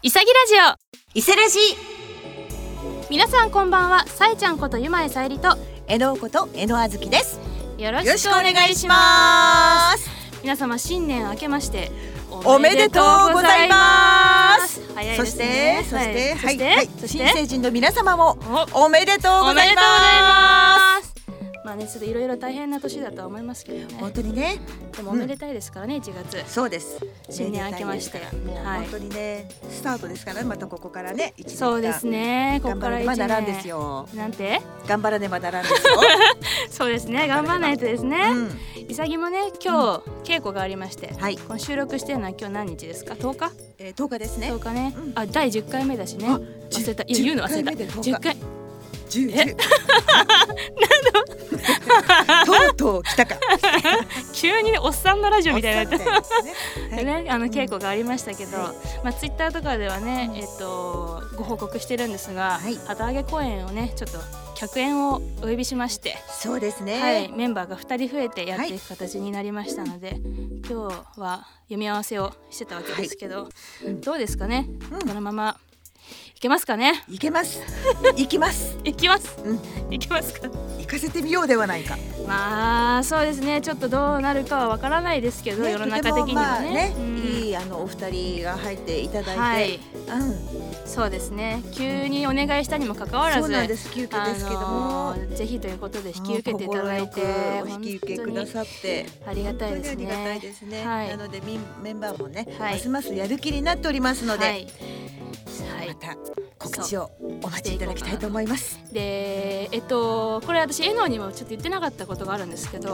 いさぎラジオ伊勢ラジ。 皆さんこんばんは。さえちゃんことゆまえさゆりとえのうことえのあずきです。 よろしくお願いします。皆様新年明けましておめでとうございます。 早いですね。 そして新成人の皆様もおめでとうございます。 おめでとうございます。まあね、ちょっといろいろ大変な年だとは思いますけどね。 本当にね。 でもおめでたいですからね、1月。 そうです。 新年明けまして、 本当にね、スタートですから、またここからね、1年間。 そうですね。ここから1年。 頑張らねばならんですよ。 なんて？ 頑張らねばならんですよ。 そうですね。頑張らないとですね。いさぎもね、今日稽古がありまして、この収録してるのは今日何日ですか？10日 ？10日ですね。 10日ね。あ、第10回目だしね。忘れた。言うの忘れた。10回。 10とうとう来たか。 急におっさんのラジオみたいになってでね、稽古がありましたけど、ツイッターとかではね、ご報告してるんですが、旗揚げ公演をね、ちょっと客演をお呼びしまして、 そうですね、 メンバーが2人増えてやっていく形になりましたので、今日は読み合わせをしてたわけですけど、どうですかね、このままいけますかね。 いけます。いきます。 いきます。いきますか。 行かせてみようではないか。 まあそうですね。ちょっとどうなるかはわからないですけど、世の中的にはね。 いいお二人が入っていただいて、 そうですね。急にお願いしたにもかかわらず、 そうなんです。急遽ですけども、 ぜひということで引き受けていただいて、 お引き受けくださってありがたいですね。 ありがたいですね。なのでメンバーもね、ますますやる気になっておりますので。また告知をお待ちいただきたいと思います。 で、これ私えのにもちょっと言ってなかったことがあるんですけど、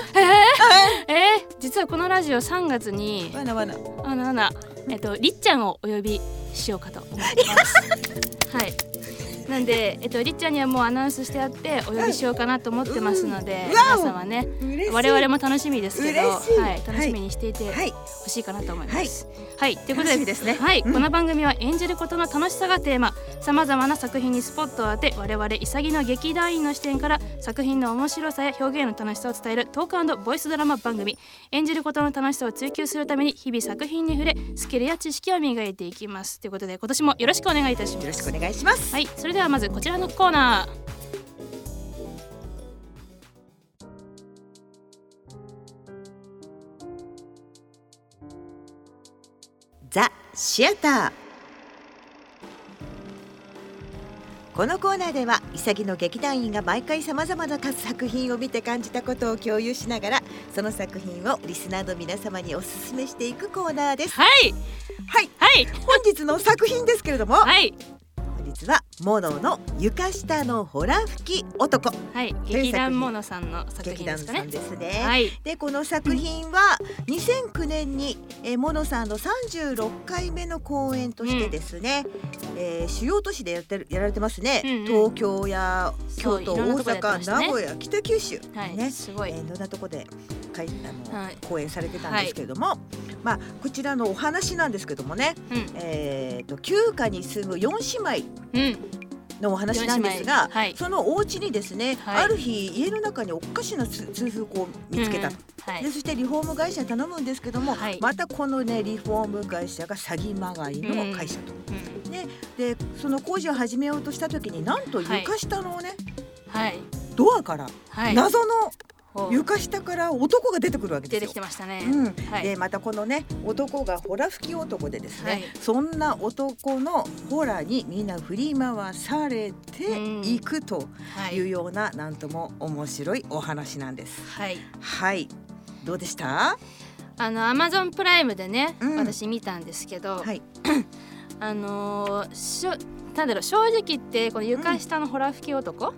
実はこのラジオ3月にりっちゃんをお呼びしようかと思ってます。はい。なんで、りっちゃんにはもうアナウンスしてあってお呼びしようかなと思ってますので、皆様ね、我々も楽しみですけど、楽しみにしていてほしいかなと思います。はい、ということでですね、この番組は演じることの楽しさがテーマ、さまざまな作品にスポットを当て、我々潔の劇団員の視点から作品の面白さや表現の楽しさを伝えるトーク&ボイスドラマ番組。演じることの楽しさを追求するために日々作品に触れ、スキルや知識を磨いていきます。ということで今年もよろしくお願いいたします。 よろしくお願いします。 はい、それではまずこちらのコーナー。 ザ・シアター。このコーナーでは潔の劇団員が毎回さまざまな作品を見て感じたことを共有しながら、その作品をリスナーの皆様におすすめしていくコーナーです。本日の作品ですけれども、本日はモノの床下のほら吹き男、 劇団モノさんの作品ですかね。 劇団さんですね。でこの作品は2009年にモノさんの36回目の公演としてですね、主要都市でやられてますね。東京や京都、大阪、名古屋、北九州ね、 すごいいろんなとこで公演されてたんですけれども、こちらのお話なんですけどもね、旧家に住む4姉妹のお話なんですが、そのお家にですね、ある日家の中におかしな通風口を見つけた。でそしてリフォーム会社に頼むんですけども、またこのねリフォーム会社が詐欺まがいの会社と。でその工事を始めようとした時に、なんと床下のね、ドアから謎の床下から男が出てくるわけですよ。 出てきてましたね。 でまたこのね男がホラ吹き男でですね、そんな男のホラにみんな振り回されていくというような、なんとも面白いお話なんです。どうでした？ Amazon プライムでね、私見たんですけど、なんだろう、正直言ってこの床下のホラ吹き男、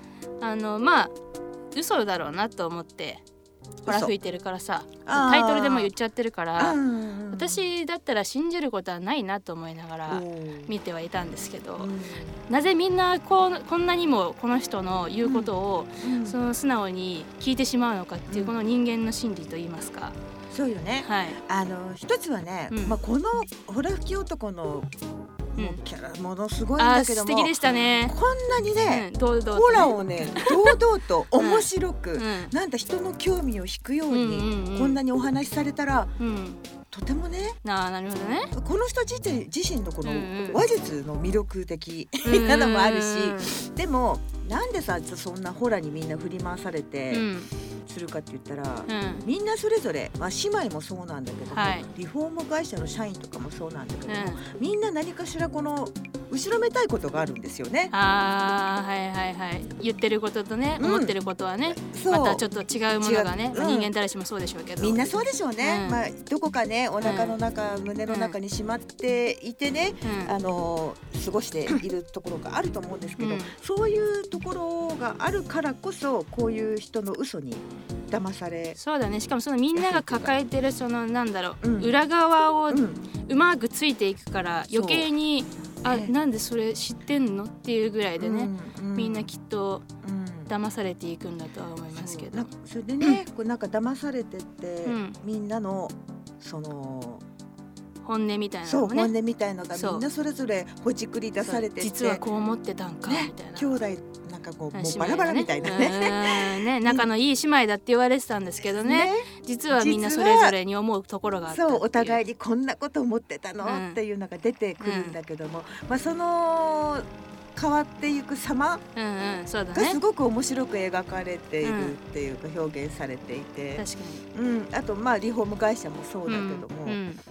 嘘だろうなと思って、ほら吹いてるからさ、タイトルでも言っちゃってるから、私だったら信じることはないなと思いながら見てはいたんですけど、なぜみんなこんなにもこの人の言うことをその素直に聞いてしまうのかっていう、この人間の心理といいますか。 そうよね。一つはね、このホラ吹き男のキャラものすごいんだけども、 素敵でしたね。 こんなにね、ホラをね堂々と面白く、なんだ人の興味を引くようにこんなにお話しされたら、 とてもね、 なるほどね、 この人自身のこの話術の魅力的なのもあるし、でもなんでさそんなホラーにみんな振り回されてするかって言ったら、みんなそれぞれ、姉妹もそうなんだけども、リフォーム会社の社員とかもそうなんだけども、みんな何かしらこの後ろめたいことがあるんですよね。 言ってることとね、思ってることはね、またちょっと違うものがね、人間誰しもそうでしょうけど、 みんなそうでしょうね。どこかね、お腹の中、胸の中にしまっていてね、過ごしているところがあると思うんですけど、そういうところがあるからこそ、こういう人の嘘に騙され、 そうだね。しかもそのみんなが抱えてるその裏側をうまくついていくから、余計になんでそれ知ってんのっていうぐらいでね、みんなきっと騙されていくんだとは思いますけど、 それでね、なんか騙されてって、みんなのその本音みたいなのもね、本音みたいなのがみんなそれぞれほじくり出されてって、 実はこう思ってたんかみたいな、 兄弟なんかこうもうバラバラみたいなね、 仲のいい姉妹だって言われてたんですけどね、実はみんなそれぞれに思うところがあったっていう、 そう、お互いにこんなこと思ってたのっていうのが出てくるんだけども、その変わっていく様がすごく面白く描かれているっていうか、表現されていて、 確かに、 あとリフォーム会社もそうだけども、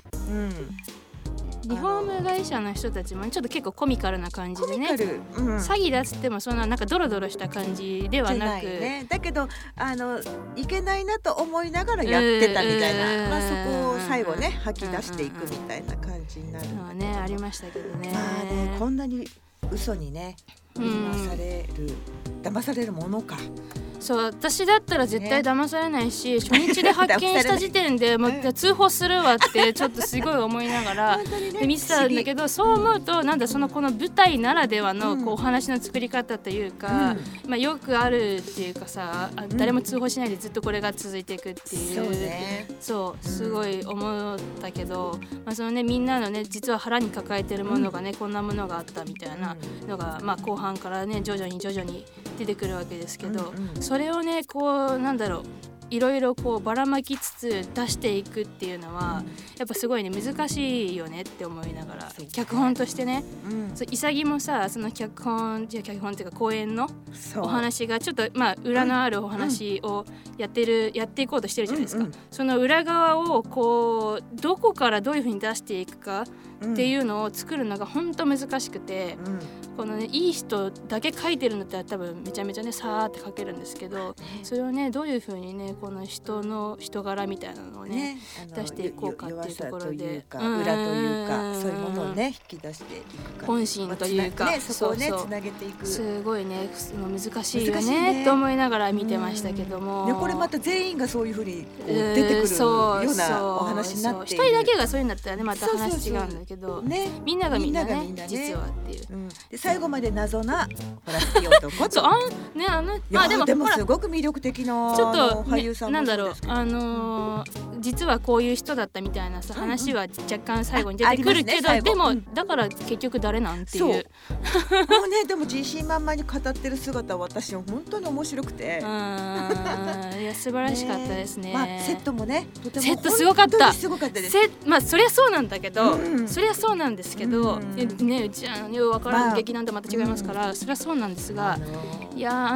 リフォーム会社の人たちもちょっと結構コミカルな感じでね、詐欺だっつってもそんななんかドロドロした感じではなく、 だけどいけないなと思いながらやってたみたいな、そこを最後ね吐き出していくみたいな感じになるんだけど、 ありましたけどね。 こんなに嘘にね騙されるものか。 そう、私だったら絶対騙されないし、初日で発見した時点でもう通報するわってちょっとすごい思いながら見てたんだけど、そう思うとなんだこの舞台ならではのこうお話の作り方というか、よくあるっていうかさ、誰も通報しないでずっとこれが続いていくっていう、そうすごい思ったけど、そのね、みんなのね実は腹に抱えてるものがね、こんなものがあったみたいなのが、後半からね徐々に出てくるわけですけど、それをねこういろいろこうばらまきつつ出していくっていうのは、やっぱすごいね難しいよねって思いながら、脚本としてね、潔もさ、その脚本っていうか公演のお話がちょっと裏のあるお話をやっていこうとしてるじゃないですか、その裏側をこうどこからどういう風に出していくかっていうのを作るのが本当難しくて、このねいい人だけ書いてるのって多分めちゃめちゃねさーって書けるんですけど、それをねどういう風にねこの人の人柄みたいなのをね出していこうかっていうところで、 裏というかそういうものをね引き出していくか、 本心というか、 そこをねつなげていく、 すごいね難しいよねと思いながら見てましたけども、 これまた全員がそういう風に出てくるようなお話になっている、 一人だけがそういうんだったらねまた話違うんだけど、みんながみんなね実はっていう、 最後まで謎なホラ吹き男とでもすごく魅力的な俳優さんもそうですけど、 実はこういう人だったみたいなさ話は若干最後に出てくるけど、でもだから結局誰なんていう、もうね、でも自信満々に語ってる姿は私は本当に面白くて、いや素晴らしかったですね。 セットもねとてもセットすごかった。 すごかったです。 そりゃそうなんだけど、そりゃそうなんですけど、ね、うちよう分からん劇団とまた違いますから、そりゃそうなんですが、いや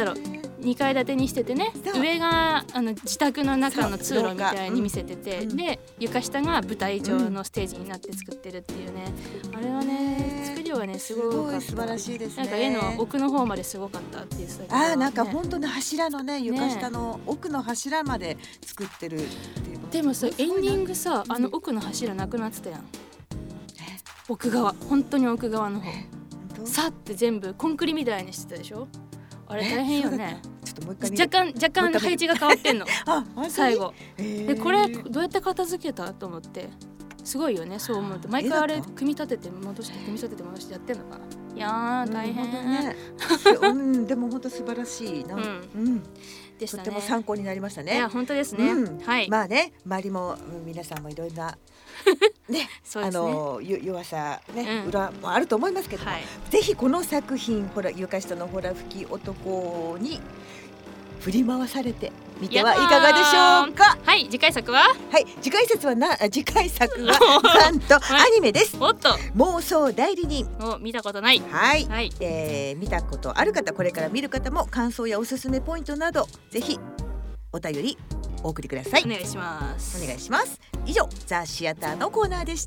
2階建てにしててね、上が自宅の中の通路みたいに見せてて、で床下が舞台上のステージになって作ってるっていうね、あれはね作りはねすごかった。 素晴らしいですね。 なんか絵の奥の方まですごかったっていう作業、 なんか本当に柱のね床下の奥の柱まで作ってるっていう。 でもさエンディングさ奥の柱なくなってたやん。奥側、本当に奥側の方さって全部コンクリみたいにしてたでしょ。あれ大変よね。 ちょっともう一回若干配置が変わってんの最後で、これどうやって片付けたと思って、すごいよね。そう思うと毎回あれ組み立てて戻してやってんのかな。いやー大変、 でも本当素晴らしいな、でしたね。とても参考になりましたね。 いや本当ですね、はい。 周りも皆さんもいろんなね、弱さね、裏もあると思いますけども、ぜひこの作品床下のホラ吹き男に振り回されてみてはいかがでしょうか。 はい、次回作は次回作はなんとアニメです。 おっと、 妄想代理人。 見たことない。 見たことある方、これから見る方も感想やおすすめポイントなどぜひお便りお送りください。 お願いします。 お願いします。以上、ザ・シアターのコーナーでした。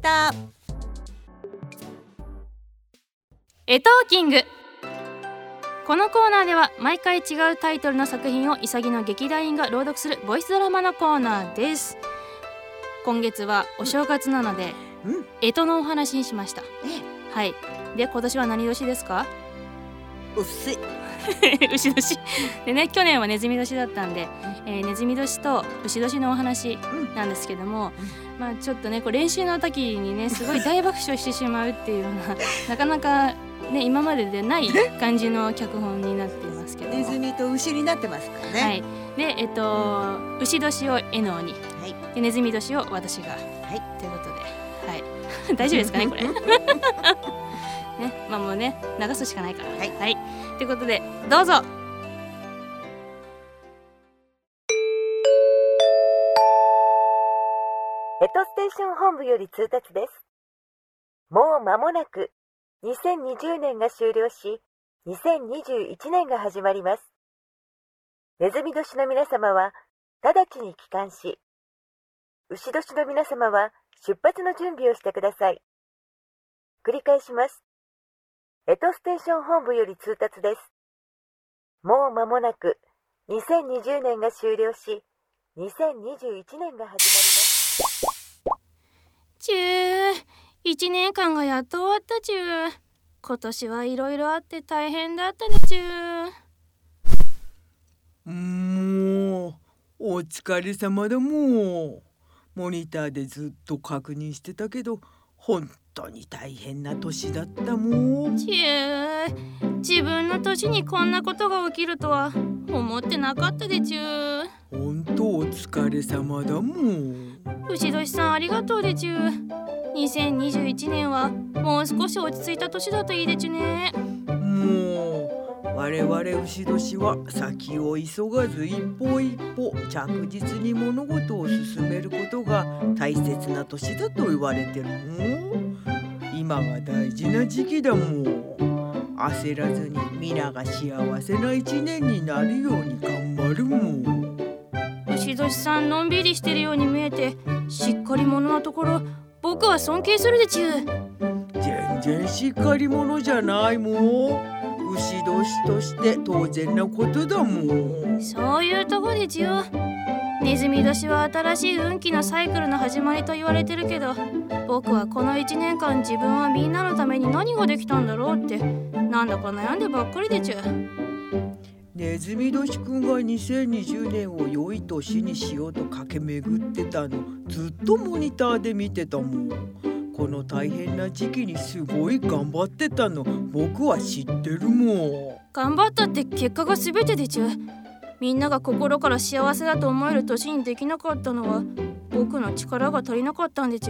エトーキング。このコーナーでは毎回違うタイトルの作品を潔の劇団員が朗読するボイスドラマのコーナーです。今月はお正月なので、干支のお話にしました。はい。で、今年は何年ですか？ 牛年でね、去年はネズミ年だったんで、ネズミ年と牛年のお話なんですけども、ちょっとね、こう練習の時にね、すごい大爆笑してしまうっていうようななかなかね、今まででない感じの脚本になっていますけど、 ネズミと牛になってますからね。 はい。で、牛年をエノーに、でネズミ年を私が、ということで、大丈夫ですかねこれね、もうね、流すしかないから。ということで、どうぞ。 エトステーション本部より通達です。もう間もなく2020年が終了し、2021年が始まります。ネズミ年の皆様は直ちに帰還し、牛年の皆様は出発の準備をしてください。繰り返します。エトステーション本部より通達です。もう間もなく2020年が終了し、2021年が始まります。 1年間がやっと終わった今年はいろいろあって大変だったねもうお疲れ様だ。もうモニターでずっと確認してたけど、本当に大変な年だったもん。 自分の年にこんなことが起きるとは思ってなかったで本当お疲れ様だもん。 牛年さんありがとうで2021年はもう少し落ち着いた年だといいでね。 もう我々牛年は先を急がず一歩一歩着実に物事を進めることが大切な年だと言われてるもん。今が大事な時期だもん。焦らずに皆が幸せな一年になるように頑張るもん。 牛年さんのんびりしてるように見えてしっかり者のところ、僕は尊敬するで全然しっかり者じゃないもん。牛年として当然なことだもん。 そういうとこでネズミ年は新しい運気のサイクルの始まりと言われてるけど、僕はこの1年間自分はみんなのために何ができたんだろうってなんだか悩んでばっかりでネズミ年くんが2020年を良い年にしようと駆け巡ってたのずっとモニターで見てたもん。この大変な時期にすごい頑張ってたの僕は知ってるもん。 頑張ったって結果が全てでみんなが心から幸せだと思える年にできなかったのは僕の力が足りなかったんで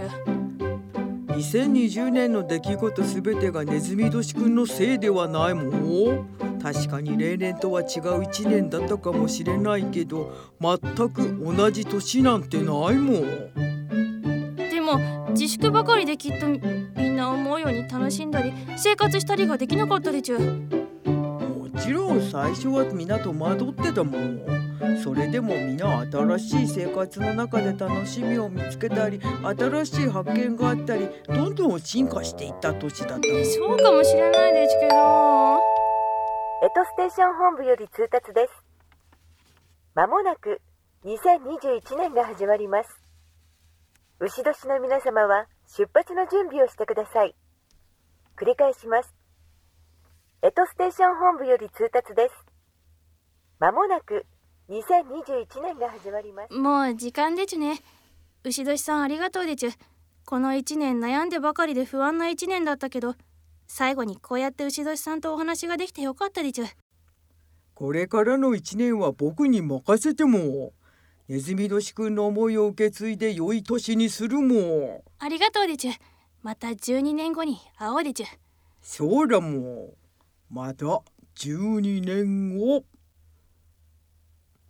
2020年の出来事すべてがネズミ年くんのせいではないもん。確かに例年とは違う1年だったかもしれないけど、全く同じ年なんてないもん。 でも自粛ばかりできっとみんな思うように楽しんだり生活したりができなかったでもちろん最初はみんな戸惑ってたもん。それでもみんな新しい生活の中で楽しみを見つけたり新しい発見があったりどんどん進化していった年だった。 そうかもしれないですけど。 エトステーション本部より通達です。まもなく2021年が始まります。牛年の皆様は出発の準備をしてください。繰り返します。エトステーション本部より通達です。まもなく2021年が始まります。 もう時間でね。牛年さんありがとうでこの1年悩んでばかりで不安な1年だったけど、最後にこうやって牛年さんとお話ができてよかったでこれからの1年は僕に任せても。ネズミ年くんの思いを受け継いで良い年にするも。 ありがとうでまた12年後に会おうでそうだもん。また12年後。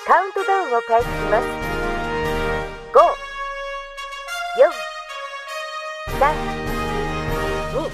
カウントダウンを開始します。5、4、3、2、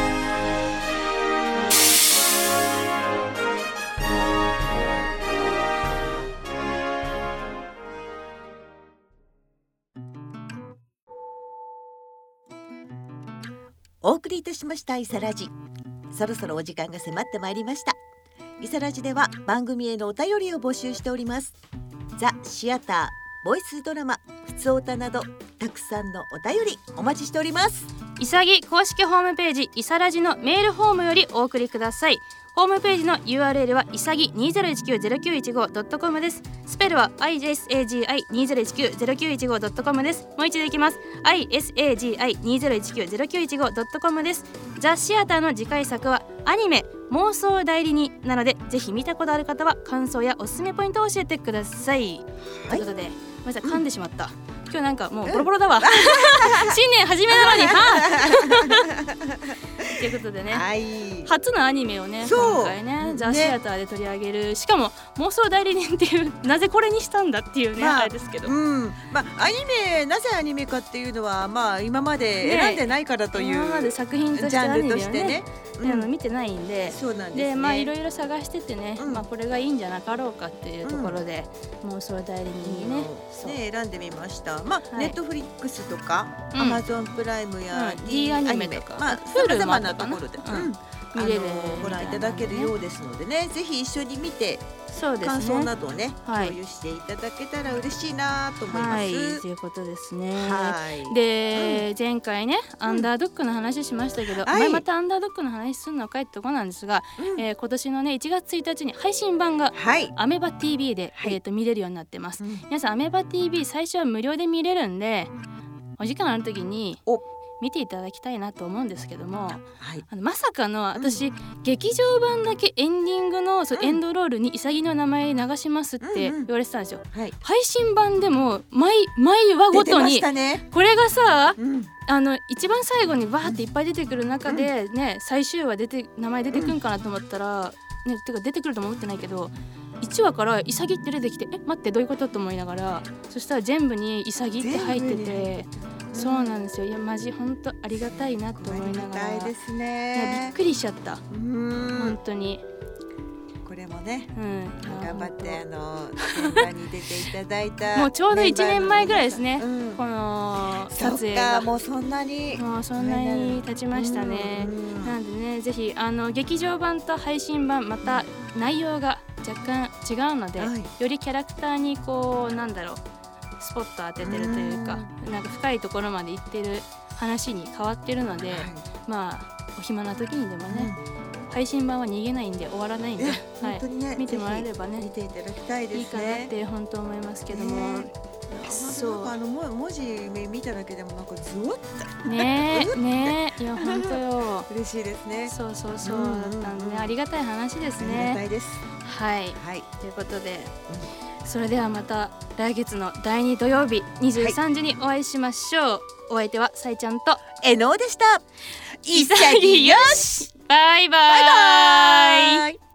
お送りいたしましたイサラジ。そろそろお時間が迫ってまいりました。イサラジでは番組へのお便りを募集しております。ザ・シアター、ボイスドラマ、ふつおたなどたくさんのお便りお待ちしております。 いさぎ公式ホームページいさらじのメールフォームよりお送りください。ホームページの URL はいさぎ 2019-0915.com です。スペルは isagi2019-0915.com です。もう一度いきます。isagi2019-0915.com です。ザ・シアターの次回作はアニメ妄想代理人なので、ぜひ見たことある方は感想やおすすめポイントを教えてください。ということで、ごめんなさい、噛んでしまった。今日なんかもうボロボロだわ。新年初めなのにということでね、はい、初のアニメをね今回ねザ・シアターで取り上げる、しかも妄想代理人っていう、なぜこれにしたんだっていうね、あれですけど、 アニメ、なぜアニメかっていうのは、今まで選んでないからという、 今まで作品としてアニメをね見てないんで、 そうなんですね。 いろいろ探しててね、これがいいんじゃなかろうかっていうところで、妄想代理人にね選んでみました。ネットフリックスとかアマゾンプライムや D アニメとか、 さまざまなところで見れる、ご覧いただけるようですのでね、ぜひ一緒に見て感想などをね共有していただけたら嬉しいなと思います。 ということですね。で、前回ねアンダードッグの話しましたけど、またアンダードッグの話するのかいってとこなんですが、今年のね1月1日に配信版がアメバ TV で見れるようになってます。皆さんアメバ TV 最初は無料で見れるんで、お時間ある時に見ていただきたいなと思うんですけども、まさかの私、劇場版だけエンディングのエンドロールにイサギの名前流しますって言われてたんですよ。配信版でも毎話ごとにこれがさ、一番最後にバーっていっぱい出てくる中でね、最終話名前出てくんかなと思ったらね、てか出てくるとも思ってないけど、1話からイサギって出てきて、待ってどういうことと思いながら、そしたら全部にイサギって入ってて、そうなんですよ。いやマジ本当ありがたいなと思いながら、びっくりしちゃった。本当にこれもね、頑張って現場に出ていただいたもうちょうど1年前ぐらいですね、この撮影が。 もうそんなに経ちましたね。なんでね、ぜひ劇場版と配信版また内容が若干違うので、よりキャラクターにこうスポット当ててるというか、なんか深いところまで行ってる話に変わってるので、お暇な時にでもね、配信版は逃げないんで終わらないんで、見てもらえればね、 見ていただきたいですね。 いいかなって本当思いますけども、 そう文字見ただけでもなんかズワッとねいや本当よ嬉しいですね。 そうだったんでね、ありがたい話ですね。 ありがたいです。 ということで、それではまた来月の第2土曜日23時にお会いしましょう。お相手はさいちゃんとえのでした。潔よし、 バイバイ。